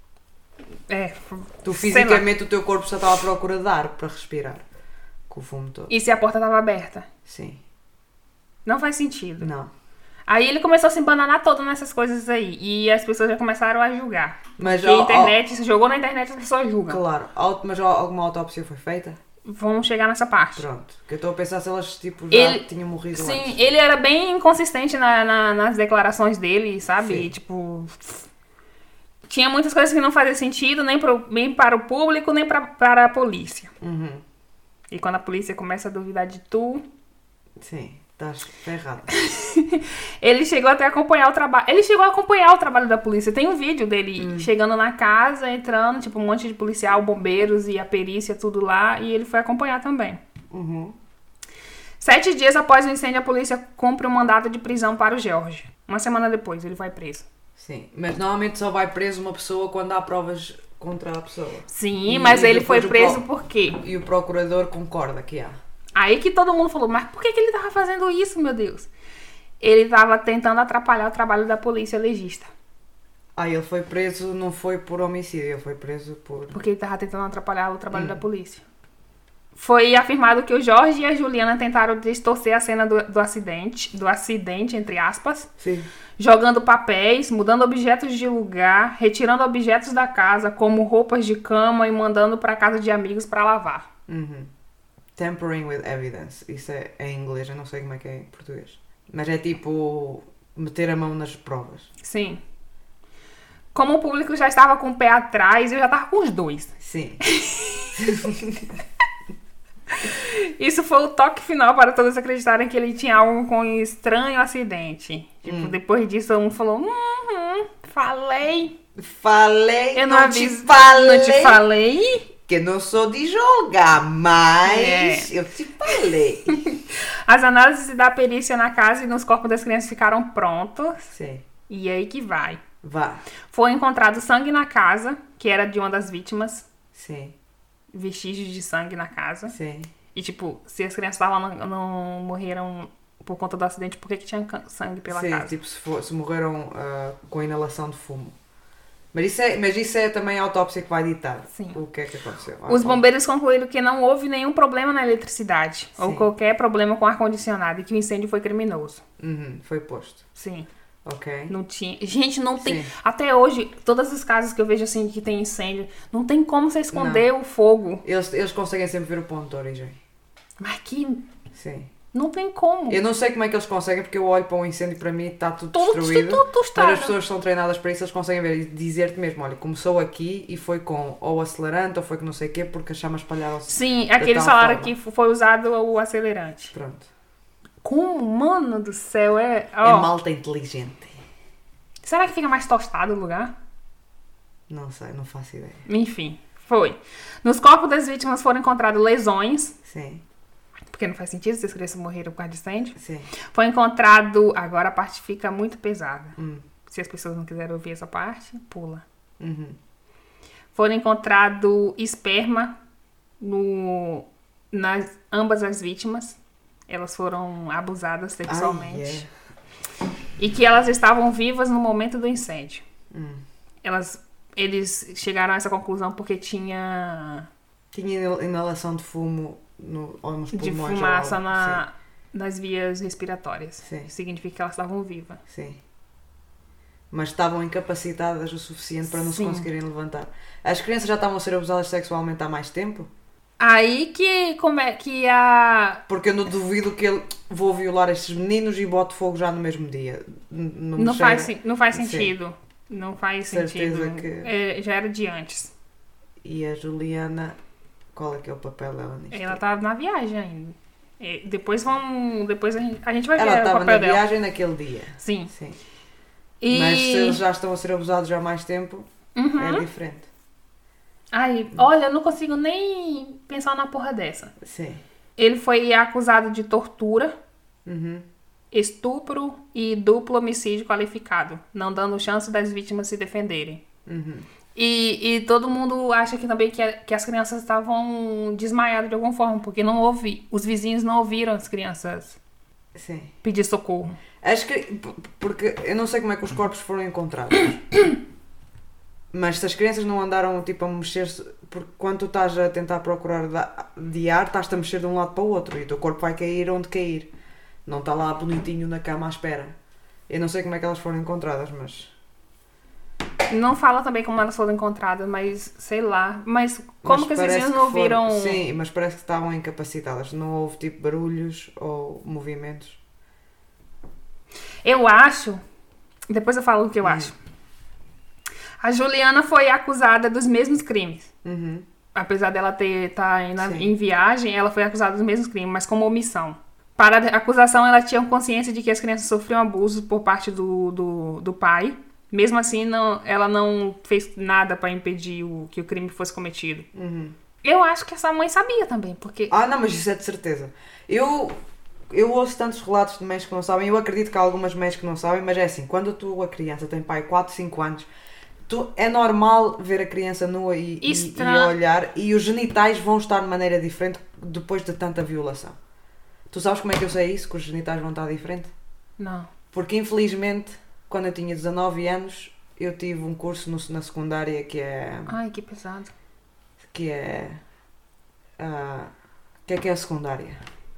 É. Tu fisicamente o teu corpo só estava à procura de ar para respirar. Com o fumo todo. E se a porta estava aberta? Sim. Não faz sentido. Não. Aí ele começou a se embananar todo nessas coisas aí. E as pessoas já começaram a julgar. Mas Porque a internet, se jogou na internet, as pessoas julgam. Claro. Mas alguma autópsia foi feita? Vamos chegar nessa parte. Pronto. Que eu estou a pensar se elas tipo, já ele, tinham morrido sim, antes. ele era bem inconsistente na, na, nas declarações dele, sabe? Sim. Tipo... Tinha muitas coisas que não faziam sentido, nem, pro, nem para o público, nem pra, para a polícia. Uhum. E quando a polícia começa a duvidar de tu... Sim, estás ferrado. Ele chegou até a acompanhar o trabalho... Ele chegou a acompanhar o trabalho da polícia. Tem um vídeo dele hum. chegando na casa, entrando, tipo, um monte de policial, bombeiros e a perícia, tudo lá. E ele foi acompanhar também. Uhum. Sete dias após o incêndio, a polícia cumpre um mandado de prisão para o George. Uma semana depois, ele vai preso. Sim, mas normalmente só vai preso uma pessoa quando há provas contra a pessoa. Sim, e, mas e ele foi preso pro... por quê? E o procurador concorda que há. Aí que todo mundo falou, mas por que, que ele tava fazendo isso, meu Deus? Ele tava tentando atrapalhar o trabalho da polícia legista. Ah, ele foi preso, não foi por homicídio, ele foi preso por... Porque ele tava tentando atrapalhar o trabalho hum. da polícia. Foi afirmado que o Jorge e a Juliana tentaram distorcer a cena do, do acidente, do acidente, entre aspas. Sim. Jogando papéis, mudando objetos de lugar, retirando objetos da casa, como roupas de cama e mandando para casa de amigos para lavar. Uhum. Tampering with evidence. Isso é, é em inglês, eu não sei como é que é em português. Mas é tipo meter a mão nas provas. Sim. Como o público já estava com o pé atrás, eu já estava com os dois. Sim. Isso foi o toque final para todos acreditarem que ele tinha algo com um estranho acidente. Tipo, hum. depois disso, um falou, uhum, falei. Falei, eu não, não te avis... falei. Não te falei? Que não sou de jogar, mas é. eu te falei. As análises da perícia na casa e nos corpos das crianças ficaram prontos. Sim. E aí que vai. Vá. Foi encontrado sangue na casa, que era de uma das vítimas. Sim. Vestígios de sangue na casa. Sim. E, tipo, se as crianças estavam não, não morreram por conta do acidente, por que que tinha sangue pela Sim, casa? tipo, se, for, se morreram uh, com inalação de fumo. Mas isso, é, mas isso é também a autópsia que vai ditar. Sim. O que é que aconteceu. Ah, Os bombeiros concluíram que não houve nenhum problema na eletricidade. Sim. Ou qualquer problema com ar-condicionado. E que o incêndio foi criminoso. Uhum, foi posto. Sim. Ok. Não tinha. Gente, não tem. Sim. Até hoje, todas as casas que eu vejo assim que tem incêndio, não tem como você esconder não. o fogo. Eles, eles conseguem sempre ver o ponto de origem. Mas aqui. Sim. Não tem como. Eu não sei como é que eles conseguem, porque eu olho para um incêndio e para mim está tudo, tudo destruído. Tudo, tudo mas as pessoas que são treinadas para isso, eles conseguem ver e dizer-te mesmo, olha, começou aqui e foi com ou acelerante ou foi com não sei o quê, porque as chamas espalharam-se. Sim, aqueles falaram que foi usado o acelerante. Pronto. Como, mano do céu, é... Oh. É malta inteligente. Será que fica mais tostado o lugar? Não sei, não faço ideia. Enfim, foi. Nos corpos das vítimas foram encontradas lesões. Sim. Porque não faz sentido se as crianças morreram por causa de incêndio. Sim. Foi encontrado... Agora a parte fica muito pesada. Hum. Se as pessoas não quiserem ouvir essa parte, pula. Uhum. Foram encontrado esperma no, nas ambas as vítimas. Elas foram abusadas sexualmente. Ai, yeah. E que elas estavam vivas no momento do incêndio. Hum. Elas, eles chegaram a essa conclusão porque tinha... Tinha inalação de fumo no, ou nos de pulmões. fumaça ou... na, nas vias respiratórias. Sim. Significa que elas estavam vivas. Sim. Mas estavam incapacitadas o suficiente para não Sim. se conseguirem levantar. As crianças já estavam a ser abusadas sexualmente há mais tempo? Aí que, como é, que a... Porque eu não duvido que ele vou violar estes meninos e bote fogo já no mesmo dia. Não, não, faz, cheira... não faz sentido. Sim. Não faz Certeza sentido. Que... É, já era de antes. E a Juliana, qual é que é o papel dela nisto? Ela estava na viagem ainda. E depois vão. Depois a gente, a gente vai Ela ver o estava papel na dela. viagem naquele dia. Sim. Sim. E... Mas se eles já estão a ser abusados já há mais tempo, Uhum. é diferente. Ai, olha, eu não consigo nem pensar na porra dessa. Sim. Ele foi acusado de tortura, Uhum. estupro e duplo homicídio qualificado, não dando chance das vítimas se defenderem. Uhum. E, e todo mundo acha que também que, que as crianças estavam desmaiadas de alguma forma, porque não ouvi, os vizinhos não ouviram as crianças Sim. pedir socorro. Acho que. p- Porque eu não sei como é que os corpos foram encontrados. Mas se as crianças não andaram tipo a mexer-se. Porque quando tu estás a tentar procurar da- de ar, estás-te a mexer de um lado para o outro e o teu corpo vai cair onde cair. Não está lá bonitinho na cama à espera. Eu não sei como é que elas foram encontradas, mas. Não fala também como elas foram encontradas, mas sei lá. Mas como mas que os parece vizinhos não foram- ouviram? Sim, mas parece que estavam incapacitadas. Não houve tipo barulhos ou movimentos. Eu acho. Depois eu falo o que eu Hum. acho. A Juliana foi acusada dos mesmos crimes. Uhum. Apesar dela ter tá em, na- Sim. em viagem, ela foi acusada dos mesmos crimes, mas como omissão. Para a acusação, ela tinha consciência de que as crianças sofriam abuso por parte do, do, do pai. Mesmo assim, não, ela não fez nada para impedir o, que o crime fosse cometido. Uhum. Eu acho que essa mãe sabia também, porque... Ah, não, mas isso é de certeza. Eu, eu ouço tantos relatos de mães que não sabem, eu acredito que há algumas mães que não sabem, mas é assim, quando a tua criança tem pai quatro, cinco anos, tu, é normal ver a criança nua e, e, Estranho. e olhar, e os genitais vão estar de maneira diferente depois de tanta violação. Tu sabes como é que eu sei isso, que os genitais vão estar diferente? Não. Porque infelizmente, quando eu tinha dezanove anos, eu tive um curso no- na secundária que é... Ai, que pesado. que é... ah, que é que é a secundária?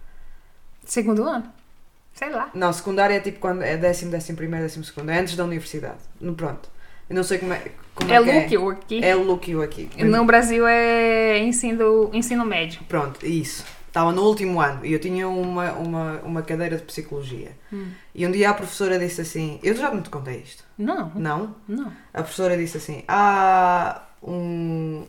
Segundo ano? Sei lá. Não, secundária é tipo quando é décimo, décimo primeiro, décimo segundo, é antes da universidade. No, pronto. Eu não sei como é, como É é, que Luke, o aqui. é. É o Luke aqui. No Brasil é ensino, ensino médio. Pronto, isso. Estava no último ano e eu tinha uma, uma, uma cadeira de psicologia. Hum. E um dia a professora disse assim, eu já não te contei isto. Não, Não? não. A professora disse assim, há um...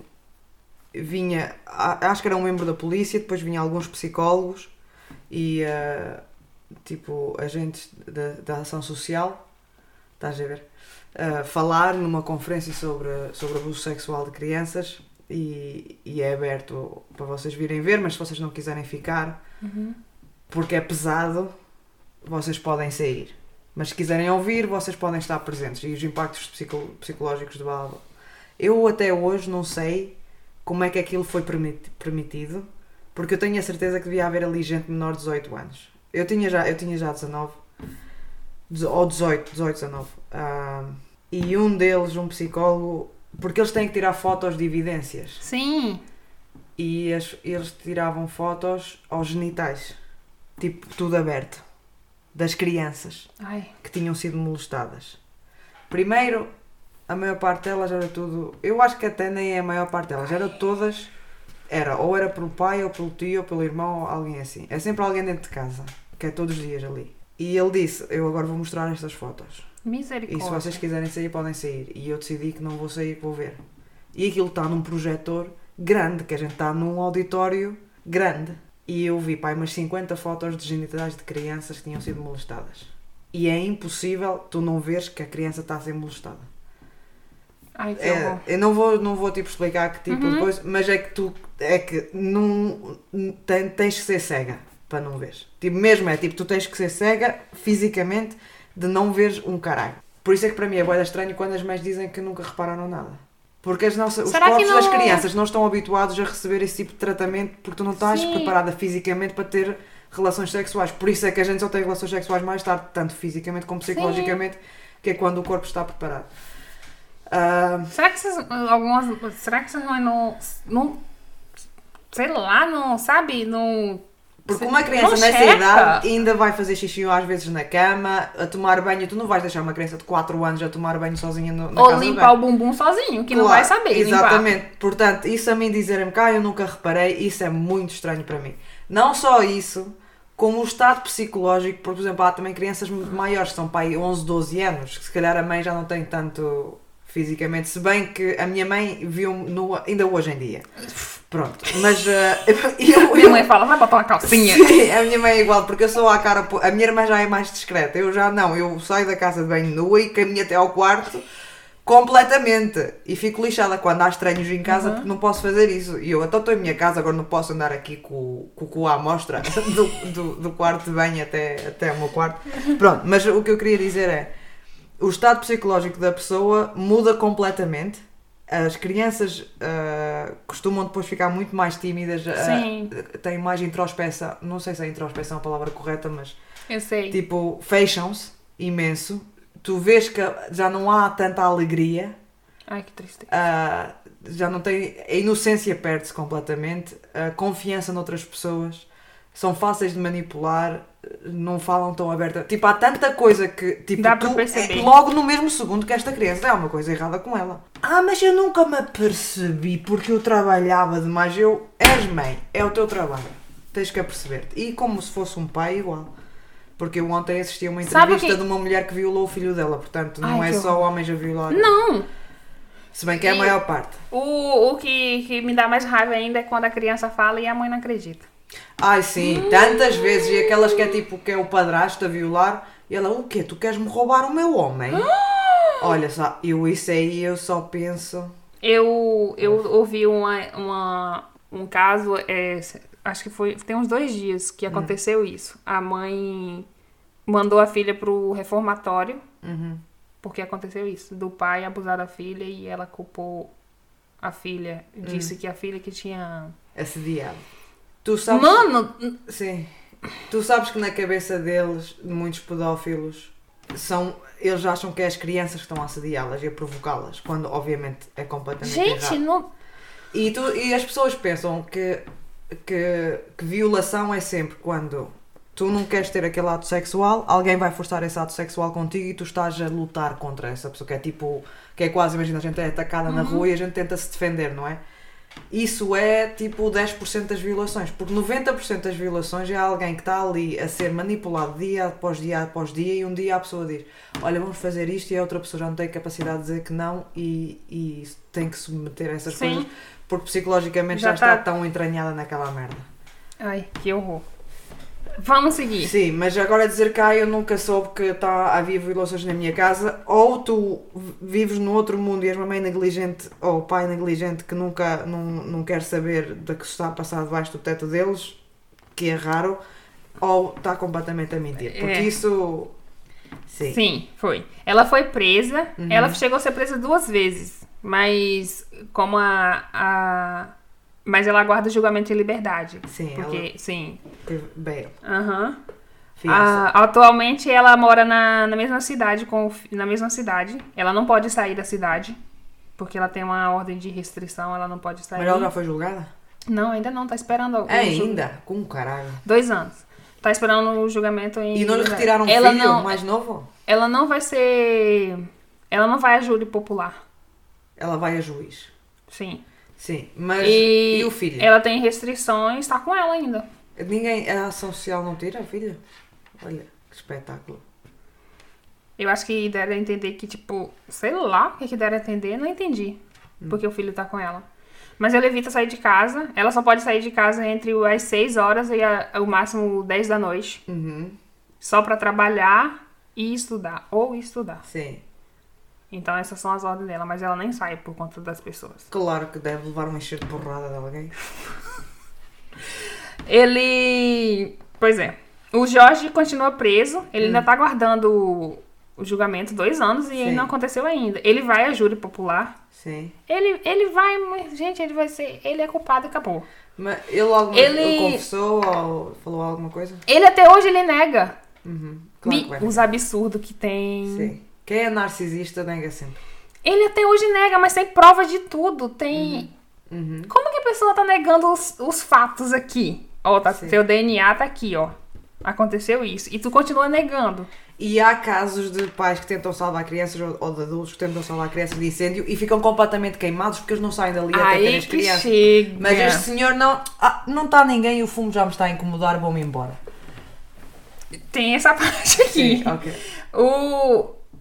vinha, há- acho que era um membro da polícia, depois vinha alguns psicólogos e ah, tipo agentes da, da ação social, estás a ver, ah, falar numa conferência sobre, sobre abuso sexual de crianças e, e é aberto para vocês virem ver, mas se vocês não quiserem ficar, Uhum. porque é pesado, vocês podem sair. Mas se quiserem ouvir, vocês podem estar presentes. E os impactos psico- psicológicos de blá blá blá. Eu até hoje não sei como é que aquilo foi permiti- permitido, porque eu tenho a certeza que devia haver ali gente menor de dezoito anos. Eu tinha já, eu tinha já dezanove, dezo- ou dezoito, dezoito, dezanove. Ah, e um deles, um psicólogo, porque eles têm que tirar fotos de evidências. Sim. E as- eles tiravam fotos aos genitais, tipo tudo aberto, das crianças Ai. que tinham sido molestadas. Primeiro, a maior parte delas era tudo, eu acho que até nem é a maior parte delas, era todas, era ou era pelo pai, ou pelo tio, ou pelo irmão, ou alguém assim. É sempre alguém dentro de casa, que é todos os dias ali. E ele disse, eu agora vou mostrar estas fotos. E Misericórdia. se vocês quiserem sair, podem sair. E eu decidi que não vou sair, que vou ver. E aquilo está num projetor grande, que a gente está num auditório grande. E eu vi, pai, umas cinquenta fotos de genitais de crianças que tinham sido molestadas. E é impossível tu não veres que a criança está a ser molestada. Ai, que É, horror. eu não vou, não vou tipo, explicar que tipo Uhum. de coisa, mas é que tu é que não, tem- tens que ser cega para não veres. Tipo, mesmo é tipo, tu tens que ser cega fisicamente de não veres um caralho. Por isso é que para mim é bué estranho quando as mães dizem que nunca repararam nada. Porque as nossas, os Será que corpos não- das crianças não estão habituados a receber esse tipo de tratamento porque tu não estás Sim. preparada fisicamente para ter relações sexuais. Por isso é que a gente só tem relações sexuais mais tarde, tanto fisicamente como psicologicamente, que é quando o corpo está preparado. Ah, Será que vocês, algumas, será que vocês não, não, não, sei lá, não, sabe, não... Porque Sim. uma criança Não nessa checa. idade ainda vai fazer xixi às vezes na cama, a tomar banho. Tu não vais deixar uma criança de quatro anos a tomar banho sozinha no, na Ou casa de limpar banho. o bumbum sozinho, que não Claro, vai saber exatamente. limpar. Portanto, isso a mim dizerem-me cá, eu nunca reparei, isso é muito estranho para mim. Não só isso, como o estado psicológico, por exemplo, há também crianças muito maiores, que são para aí onze, doze anos, que se calhar a mãe já não tem tanto fisicamente, se bem que a minha mãe viu-me nua ainda hoje em dia. Pronto, mas uh, eu, Minha mãe fala, vai botar uma calcinha. Sim, a minha mãe é igual, porque eu sou à cara, a minha irmã já é mais discreta, eu já não, eu saio da casa de banho nua e caminho até ao quarto completamente e fico lixada quando há estranhos em casa uhum. porque não posso fazer isso. E eu, então estou em minha casa, agora não posso andar aqui com, com o cu à mostra do, do, do quarto de banho até, até o meu quarto. Pronto, mas o que eu queria dizer é, o estado psicológico da pessoa muda completamente. As crianças uh, costumam depois ficar muito mais tímidas, uh, têm mais introspeção, não sei se é introspeção a palavra correta, mas eu sei. Tipo, fecham-se imenso. Tu vês que já não há tanta alegria. Ai, que tristeza. Uh, já não tem, a inocência perde-se completamente, a confiança noutras pessoas, são fáceis de manipular, não falam tão aberta. Tipo, há tanta coisa que tipo, dá tu, para perceber. É, logo no mesmo segundo que esta criança, há uma coisa errada com ela. Ah, mas eu nunca me apercebi porque eu trabalhava demais. Eu, és mãe, é o teu trabalho, tens que aperceber-te. E como se fosse um pai, igual. Porque eu ontem assisti a uma entrevista que... de uma mulher que violou o filho dela, portanto não Ai, é só homens a violar. Não! Se bem que é a maior parte. O, o que, que me dá mais raiva ainda é quando a criança fala e a mãe não acredita. Ai sim, hum. tantas vezes. E aquelas que é tipo, que é o padrasto a violar. E ela, o quê? Tu queres-me roubar o meu homem? Hum. Olha só, eu isso aí eu só penso... Eu, eu ouvi uma, uma, um caso, é, acho que foi, tem uns dois dias que aconteceu hum. isso. A mãe mandou a filha pro reformatório. Uhum. Porque aconteceu isso, do pai abusar da filha e ela culpou a filha, disse hum. que a filha que tinha... assediado. Tu sabes... Mano! Sim. Tu sabes que na cabeça deles, muitos pedófilos, são... eles acham que é as crianças que estão a assediá-las e a provocá-las, quando obviamente é completamente Gente, errado. não... E, tu, e as pessoas pensam que, que, que violação é sempre quando... tu não queres ter aquele ato sexual, alguém vai forçar esse ato sexual contigo e tu estás a lutar contra essa pessoa, que é tipo, que é quase, imagina, a gente é atacada uhum. na rua e a gente tenta se defender, não é? Isso é tipo dez por cento das violações, porque noventa por cento das violações é alguém que está ali a ser manipulado dia após dia após dia e um dia a pessoa diz, olha, vamos fazer isto, e a outra pessoa já não tem capacidade de dizer que não e, e tem que submeter a essas Sim. coisas, porque psicologicamente já, já tá... está tão entranhada naquela merda. Ai, que horror. Vamos seguir. Sim, mas agora dizer cá eu nunca soube que tá, havia violações na minha casa. Ou tu vives no outro mundo e és uma mãe negligente ou pai negligente que nunca não, não quer saber da que se está a passar debaixo do teto deles, que é raro, ou está completamente a mentir. Porque é. isso... Sim. Sim, foi. Ela foi presa, uhum. ela chegou a ser presa duas vezes, mas como a... a... Mas ela aguarda o julgamento em liberdade. Sim, porque, ela... sim. Bem. Aham. Uhum. Atualmente ela mora na, na mesma cidade, com o, na mesma cidade. Ela não pode sair da cidade, porque ela tem uma ordem de restrição, ela não pode sair. Mas ela já foi julgada? Não, ainda não, tá esperando. É, ainda? Ju... Com caralho. Dois anos. Tá esperando o julgamento em... E não lhe retiraram um ela filho não, mais novo? Ela não vai ser... Ela não vai a júri popular. Ela vai a juiz? Sim. Sim, mas e, e o filho? Ela tem restrições, tá com ela ainda. Ninguém, a ação social não tira a filha? Olha, que espetáculo. Eu acho que deram a entender que, tipo, sei lá o que, que deram a entender, não entendi. Hum. Porque o filho tá com ela. Mas ela evita sair de casa, ela só pode sair de casa entre as seis horas e a, o máximo dez da noite. Uhum. Só pra trabalhar e estudar, ou estudar. Sim. Então essas são as ordens dela, mas ela nem sai por conta das pessoas. Claro que deve levar uma encher de porrada de alguém. Ele... Pois é. O Jorge continua preso, ele hum. ainda tá aguardando o, o julgamento dois anos e não aconteceu ainda. Ele vai a júri popular. Sim. Ele, ele vai... Gente, ele vai ser... Ele é culpado e acabou. Mas ele, alguma, ele... ele confessou ou falou alguma coisa? Ele até hoje ele nega. Uhum. Claro Me, os absurdos que tem... Sim. Quem é narcisista nega sempre. Ele até hoje nega, mas tem prova de tudo. Tem... Uhum. Uhum. Como que a pessoa tá negando os, os fatos aqui? Ó, tá, seu D N A tá aqui, ó. Aconteceu isso. E tu continua negando. E há casos de pais que tentam salvar crianças ou, ou de adultos que tentam salvar crianças de incêndio e ficam completamente queimados porque eles não saem dali até terem as crianças. Chega. Mas este senhor não... Ah, não está ninguém e o fumo já me está a incomodar, vou-me embora. Tem essa parte aqui. Sim, ok. O...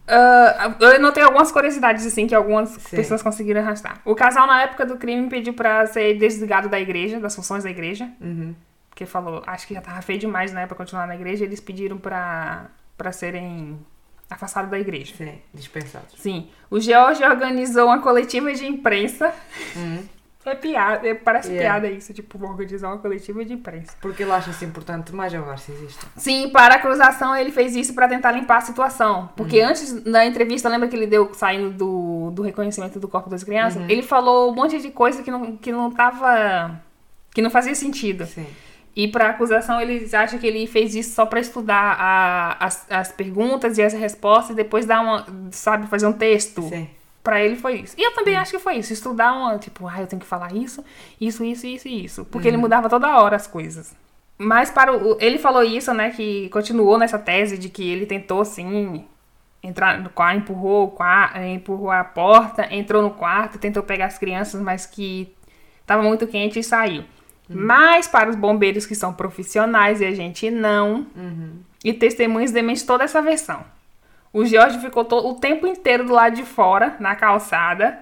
Uh, eu notei algumas curiosidades, assim, que algumas Sim. pessoas conseguiram arrastar. O casal, na época do crime, pediu pra ser desligado da igreja, das funções da igreja. Uhum. Porque falou, acho que já tava feio demais, né, pra continuar na igreja. Eles pediram pra, pra serem afastados da igreja. Sim, dispensados. Sim. O George organizou uma coletiva de imprensa. Uhum. É piada, é- parece Yeah. piada isso, tipo, organizar uma coletiva de imprensa. Porque ele acha-se importante mais agora se existe. Sim, para a acusação ele fez isso para tentar limpar a situação. Porque antes, na entrevista, lembra que ele deu saindo do, do reconhecimento do corpo das crianças? Ele falou um monte de coisa que não, que não tava... que não fazia sentido. Sim. E para a acusação eles acham que ele fez isso só para estudar a- as, as perguntas e as respostas e depois dar uma, sabe, fazer um texto. Sim. Pra ele foi isso. E eu também acho que foi isso. Estudar uma, tipo, ah, eu tenho que falar isso, isso, isso, isso e isso. Porque ele mudava toda hora as coisas. Mas para o... ele falou isso, né, que continuou nessa tese de que ele tentou, sim, entrar no quarto, empurrou, o quarto, empurrou a porta, entrou no quarto, tentou pegar as crianças, mas que tava muito quente e saiu. Mas para os bombeiros que são profissionais e a gente não, e testemunhas demente toda essa versão. O George ficou to- o tempo inteiro do lado de fora, na calçada.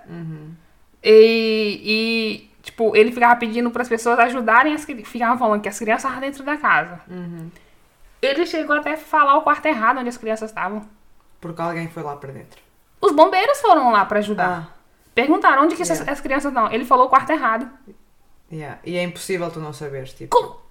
E, e, tipo, ele ficava pedindo para as pessoas ajudarem as crianças. Ficava falando que as crianças estavam dentro da casa. Ele chegou até a falar o quarto errado onde as crianças estavam. Porque alguém foi lá para dentro. Os bombeiros foram lá para ajudar. Ah. Perguntaram onde que essas, Yeah. as crianças estão. Ele falou o quarto errado. Yeah. E é impossível tu não saberes, tipo. Como?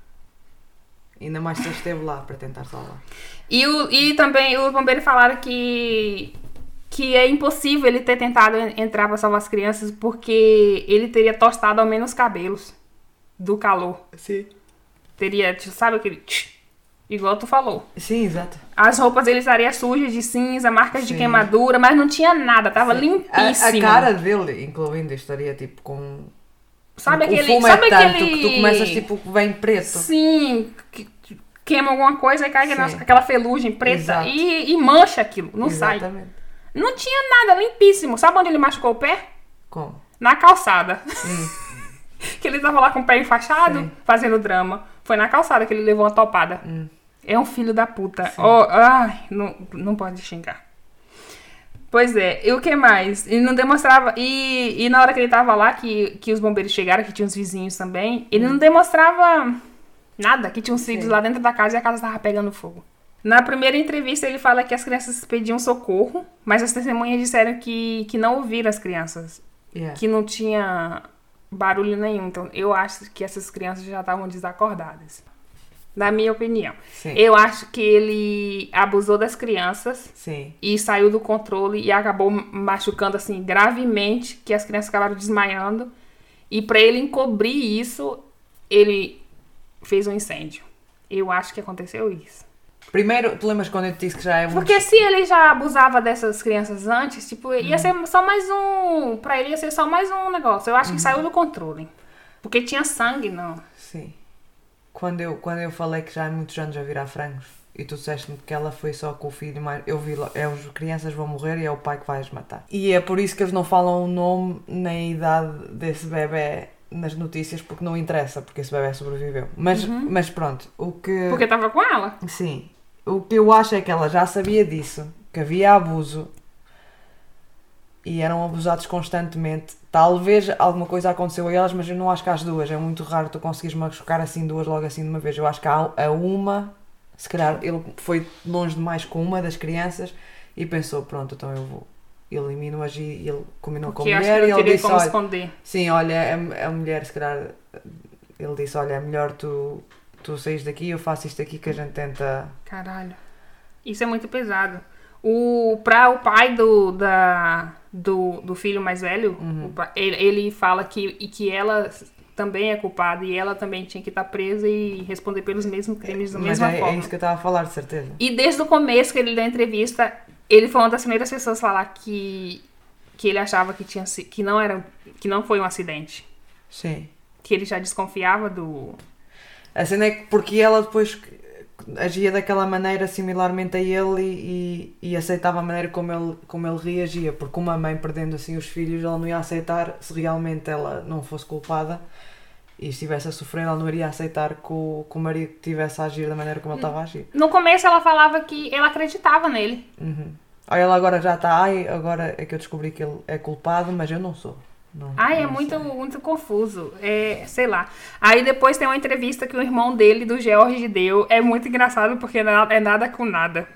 Ainda mais se ele esteve lá para tentar salvar. E, o, e também os bombeiros falaram que, que é impossível ele ter tentado en- entrar para salvar as crianças porque ele teria tostado ao menos os cabelos do calor. Sim. Teria, tipo, sabe aquele... tch, igual tu falou. Sim, exato. As roupas dele estariam sujas de cinza, marcas de Sim. queimadura, mas não tinha nada, tava A, limpíssimo. a cara dele, incluindo, estaria tipo com. Sabe o aquele... fumo sabe é tanto aquele... que tu começas tipo bem preto. Sim, que- queima alguma coisa e cai Sim. aquela- aquela felugem preta Exato. e, e mancha aquilo, não sai. Exatamente. Não tinha nada, limpíssimo. Sabe onde ele machucou o pé? Como? Na calçada. Que ele tava lá com o pé enfaixado, Sim. fazendo drama. Foi na calçada que ele levou uma topada. Hum. É um filho da puta. Oh, ai, não, não pode xingar. Pois é, e o que mais? Ele não demonstrava... E, e na hora que ele tava lá, que, que os bombeiros chegaram, que tinha uns vizinhos também, ele não demonstrava nada, que tinha uns filhos Sim. lá dentro da casa e a casa tava pegando fogo. Na primeira entrevista, ele fala que as crianças pediam socorro, mas as testemunhas disseram que, que não ouviram as crianças. Yeah. Que não tinha barulho nenhum. Então, eu acho que essas crianças já estavam desacordadas. Na minha opinião. Sim. Eu acho que ele abusou das crianças Sim. e saiu do controle e acabou machucando, assim, gravemente, que as crianças acabaram desmaiando. E pra ele encobrir isso, ele fez um incêndio. Eu acho que aconteceu isso. Primeiro, tu lembras quando eu te disse que já é muito. Porque se ele já abusava dessas crianças antes, tipo, ia ser só mais um... Pra ele ia ser só mais um negócio. Eu acho que saiu do controle. Porque tinha sangue, não. Sim. Quando eu, quando eu falei que já há muitos anos a virar frangos e tu disseste-me que ela foi só com o filho, mas eu vi lá, é as crianças vão morrer e é o pai que vai as matar. E é por isso que eles não falam o nome nem a idade desse bebé nas notícias, porque não interessa, porque esse bebé sobreviveu. Mas, mas pronto, o que... Porque tava com ela. Sim. O que eu acho é que ela já sabia disso, que havia abuso e eram abusados constantemente. Talvez alguma coisa aconteceu a elas, mas eu não acho que às duas. É muito raro tu conseguires machucar assim duas logo assim de uma vez. Eu acho que há a uma, se calhar ele foi longe demais com uma das crianças e pensou, pronto, então eu vou. Elimino-as e ele combinou com a Porque acho que mulher e não ele teria disse, como olha, esconder. sim, olha, a, a mulher se calhar, ele disse, olha, é melhor tu, tu saís daqui, eu faço isto aqui que a gente tenta... Caralho. Isso é muito pesado. O, pra o pai do, da, do, do filho mais velho, o pa- ele, ele fala que, e que ela também é culpada e ela também tinha que estar presa e responder pelos mesmos crimes da Mas mesma é, é forma. isso que eu estava a falar, de certeza. E desde o começo que ele deu a entrevista, ele foi uma das primeiras pessoas a falar que, que ele achava que, tinha, si- que, não era, que não foi um acidente. Sim. Que ele já desconfiava do... A cena é que porque ela depois agia daquela maneira similarmente a ele e, e, e aceitava a maneira como ele, como ele reagia, porque uma mãe perdendo assim os filhos, ela não ia aceitar se realmente ela não fosse culpada e estivesse a sofrer, ela não iria aceitar que o, que o marido estivesse a agir da maneira como ele estava a agir. No começo ela falava que ela acreditava nele. Uhum. Aí ela agora já está, ai, agora é que eu descobri que ele é culpado, mas eu não sou. Não, Ai, é não muito, sei. muito confuso. É, sei lá. Aí depois tem uma entrevista que o irmão dele, do George, deu. É muito engraçado porque é nada, é nada com nada.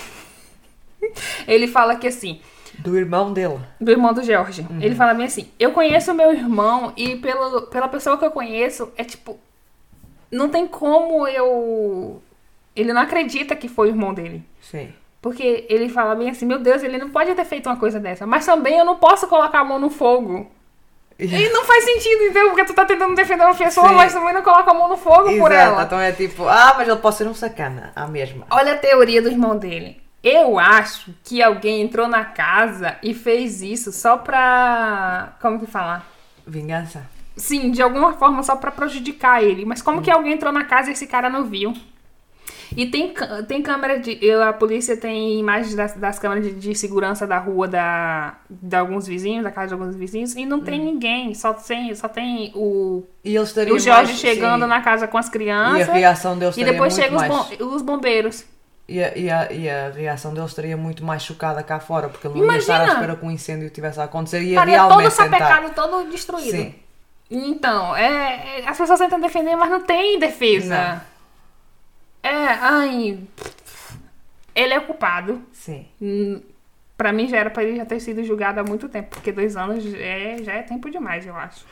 Ele fala que assim, Do irmão dele. do irmão do George. Ele fala bem assim, eu conheço o meu irmão e pelo, pela pessoa que eu conheço, é tipo, não tem como eu... Ele não acredita que foi o irmão dele. Sim. Porque ele fala bem assim, meu Deus, ele não pode ter feito uma coisa dessa. Mas também eu não posso colocar a mão no fogo. E não faz sentido, entendeu? Porque tu tá tentando defender uma pessoa, Sim. mas também não coloca a mão no fogo por Exato, ela. então é tipo, ah, mas ele pode ser um sacana, a mesma. Olha a teoria do irmão dele. Eu acho que alguém entrou na casa e fez isso só pra... Como que fala? Vingança. Sim, de alguma forma só pra prejudicar ele. Mas como Hum. que alguém entrou na casa e esse cara não viu? E tem, cã- tem câmera de... eu- A polícia tem imagens das, das câmeras de, de segurança da rua da, de alguns vizinhos, da casa de alguns vizinhos, e não tem ninguém. Só tem, só tem o, E eles estariam o Jorge mais, chegando sim. na casa com as E crianças. a reação deles E estaria depois muito chegam os, mais... bom- os bombeiros. E a, e, a, e a reação deles estaria muito mais chocada cá fora, porque ele não ia Imagina! estar à espera que um incêndio tivesse a acontecer e ia Estaria todo realmente tentar... sapecado, todo destruído. Sim. Então, é, é- as pessoas tentam defender, mas não tem defesa. É, ai... Ele é culpado. Sim. Hum, Pra mim já era pra ele já ter sido julgado há muito tempo, porque dois anos é, já é tempo demais, eu acho.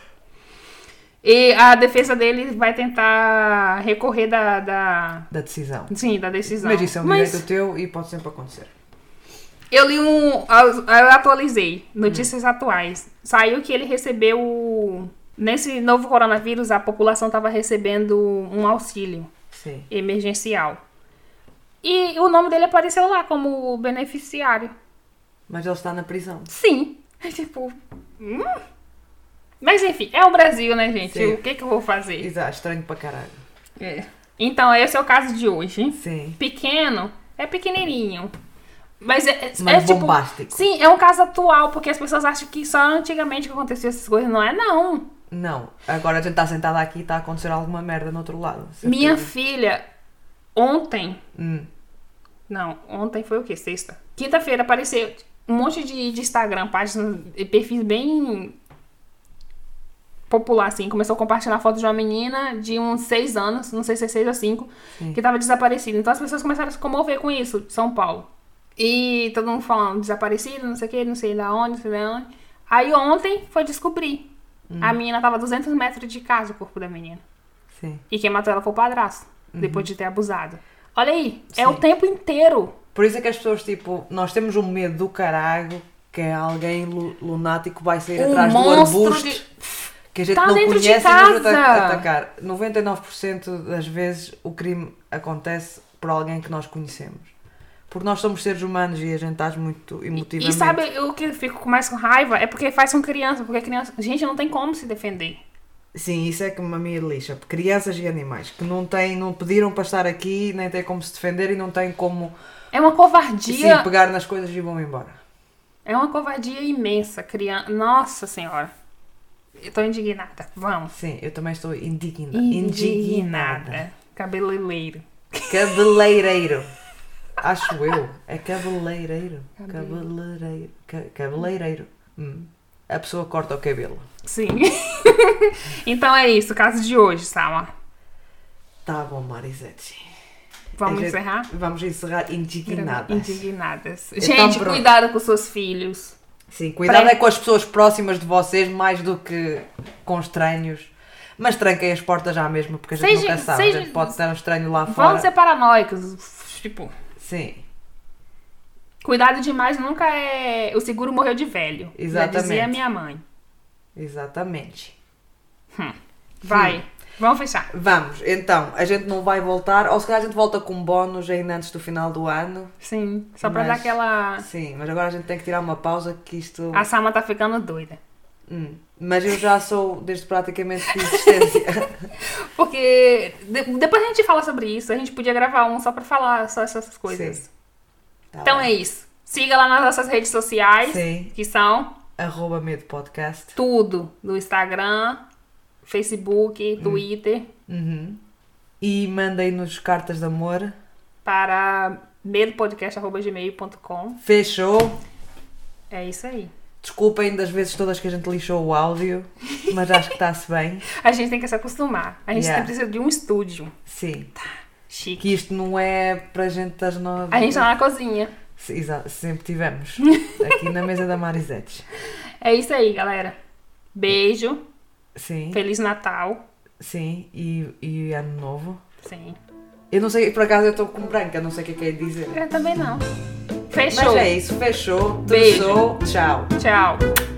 E a defesa dele vai tentar recorrer da... da Da decisão. sim, da decisão. Mas isso é um Mas direito teu e pode sempre acontecer. eu li um... Eu atualizei. Notícias atuais. Saiu que ele recebeu... Nesse novo coronavírus, a população estava recebendo um auxílio Sim. emergencial. E o nome dele apareceu lá como beneficiário. Mas ele está na prisão. Sim. É tipo... hum. Mas enfim, é o Brasil, né, gente? Sim. O que que eu vou fazer? Exato, estranho para caralho. É. Então, esse é o caso de hoje. Sim. Pequeno, é pequenininho. Mas é, é, Mas é tipo... bombástico. Sim, é um caso atual, porque as pessoas acham que só antigamente que acontecia essas coisas. Não é, não. Não. Agora a gente está sentada aqui e está a acontecer alguma merda no outro lado. certeza. Minha filha, ontem... Hum. Não, ontem foi o quê? Sexta. Quinta-feira apareceu um monte de, de Instagram, páginas e perfis bem popular, assim. Começou a compartilhar foto de uma menina de uns seis anos, não sei se é seis ou cinco, Sim. que tava desaparecida. Então as pessoas começaram a se comover com isso, São Paulo. E todo mundo falando desaparecido, não sei o que, não sei da onde, não sei da onde. Aí ontem foi descobrir. A menina tava a duzentos metros de casa, o corpo da menina. Sim. E quem matou ela foi o padrasto, depois de ter abusado. Olha aí, é Sim. o tempo inteiro. Por isso é que as pessoas, tipo, nós temos um medo do caralho que é alguém lu- lunático vai sair Um atrás do monstro arbusto de- que a gente Tá não dentro de conhece e nos casa. ata- atacar. noventa e nove por cento das vezes o crime acontece por alguém que nós conhecemos. Porque nós somos seres humanos e a gente age muito emotivamente. E sabe o que eu fico com mais com raiva? É porque faz com criança, porque criança... Gente, não tem como se defender. Sim, isso é que uma minha lixa. Crianças e animais que não têm, não pediram para estar aqui, nem têm como se defender e não têm como É uma covardia. sim, pegar nas coisas e vão embora. É uma covardia imensa. Criança... Nossa Senhora. Eu tô indignada. Vamos. Sim, eu também estou indigna. Indignada. Indignada. Cabeleireiro. Cabeleireiro. Acho eu. É cabeleireiro. Cabelo. Cabeleireiro. Ca- Cabeleireiro. Hum. A pessoa corta o cabelo. Sim. Então é isso. O caso de hoje, Salma. Tá bom, Marisete. Vamos A gente- encerrar? Vamos encerrar indignadas. Indignadas. Então, Gente, pronto. cuidado com seus filhos. Sim, cuidado Pré- é com as pessoas próximas de vocês mais do que com estranhos. Mas tranquem as portas já mesmo, porque a gente Seja- nunca sabe. seja- A gente pode ter um estranho lá fora. Vamos ser paranoicos. Tipo, Sim, cuidado demais nunca é... O seguro morreu de velho. Exatamente. Já dizia minha mãe. exatamente. Vai. Vamos fechar. Vamos, então, a gente não vai voltar, ou se calhar a gente volta com bónus ainda antes do final do ano. Sim. Só pra Mas- dar aquela... Sim, mas agora a gente tem que tirar uma pausa que isto... A Salma tá ficando doida. Hum, mas eu já sou desde praticamente de existência. Porque de- depois a gente fala sobre isso. A gente podia gravar um só pra falar só essas coisas. Sim. Tá Então bem. é isso. Siga lá nas nossas redes sociais. Sim. Que são Arroba Medo Podcast. tudo. No Instagram, Facebook, Twitter. Uhum. E mandem-nos cartas de amor. Para medopodcast arroba gmail ponto com. Fechou? É isso aí. Desculpem das vezes todas que a gente lixou o áudio, mas acho que está-se bem. A gente tem que se acostumar. A gente Yeah. precisa de um estúdio. Sim. Chique. Que isto não é para gente das nove. A gente tá na cozinha. Exato, sempre tivemos. Aqui na mesa da Marisetes. É isso aí, galera. Beijo. Sim, Feliz Natal. sim. E, e ano novo. Sim. Eu não sei, por acaso eu estou com branca, não sei o que é que é dizer. Eu também não. Fechou. Mas é isso, fechou. Beijo. Fechou. Tchau. Tchau.